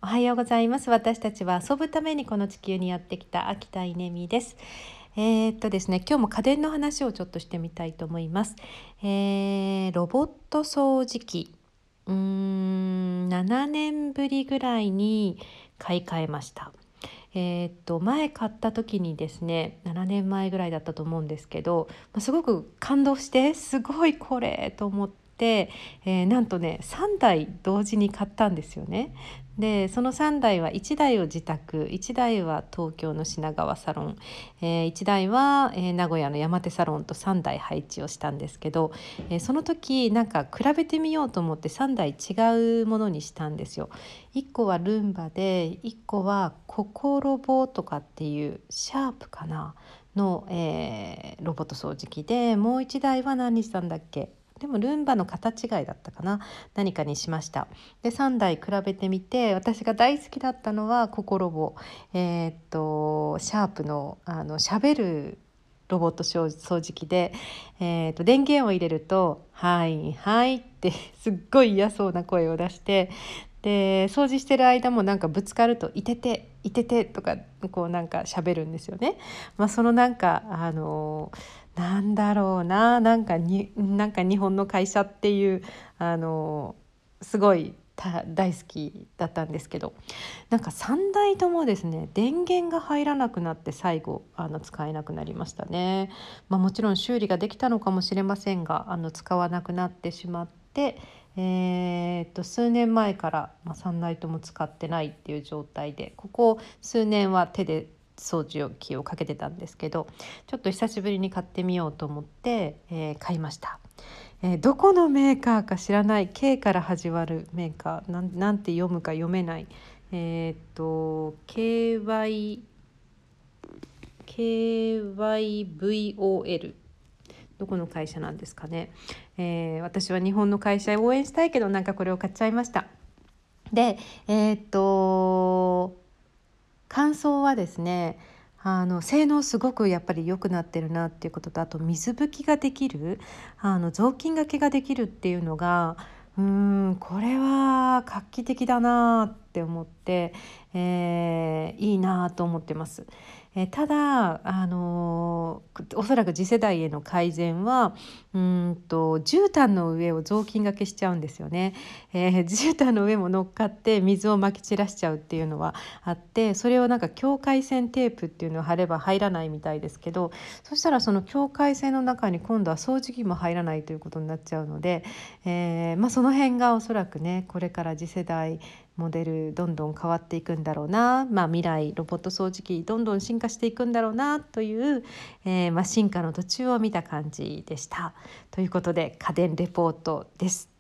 おはようございます。私たちは遊ぶためにこの地球にやってきた秋田稲美です。ですね、今日も家電の話をちょっとしてみたいと思います。ロボット掃除機、7年ぶりぐらいに買い替えました。前買った時にですね、7年前ぐらいだったと思うんですけど、すごく感動してすごいこれと思って、なんとね3台同時に買ったんですよね。でその3台は1台を自宅、1台は東京の品川サロン、1台は、名古屋の山手サロンと3台配置をしたんですけど、その時なんか比べてみようと思って3台違うものにしたんですよ。1個はルンバで1個はココロボとかっていうシャープかなの、ロボット掃除機で、もう1台は何にしたんだっけ、でもルンバの形違いだったかな、何かにしました。で3台比べてみて、私が大好きだったのはココロボ、シャープのしゃべるロボット掃除機で、電源を入れるとはいはいってすっごい嫌そうな声を出して、で掃除してる間もなんかぶつかるといてていててとかこうなんか喋るんですよね。そのなんかなんだろうな、なんか日本の会社っていうすごい大好きだったんですけど、なんか3台ともですね電源が入らなくなって最後使えなくなりましたね。もちろん修理ができたのかもしれませんが使わなくなってしまって、数年前から、3台とも使ってないっていう状態で、ここ数年は手で掃除機をかけてたんですけど、ちょっと久しぶりに買ってみようと思って、買いました。どこのメーカーか知らない K から始まるメーカー、なんて読むか読めない、KYVOL、どこの会社なんですかね。私は日本の会社を応援したいけど、なんかこれを買っちゃいました。で感想はですね、性能すごくやっぱり良くなってるなっていうことと、あと水拭きができる、雑巾がけができるっていうのが、これは画期的だなって思って、いいなと思ってます。ただおそらく次世代への改善は絨毯の上を雑巾がけしちゃうんですよね。絨毯の上も乗っかって水をまき散らしちゃうっていうのはあって、それをなんか境界線テープっていうのを貼れば入らないみたいですけど、そしたらその境界線の中に今度は掃除機も入らないということになっちゃうので、その辺がおそらくね、これから次世代モデルどんどん変わっていくんだろうな、未来ロボット掃除機どんどん進化していくんだろうなという、進化の途中を見た感じでした。ということで家電レポートです。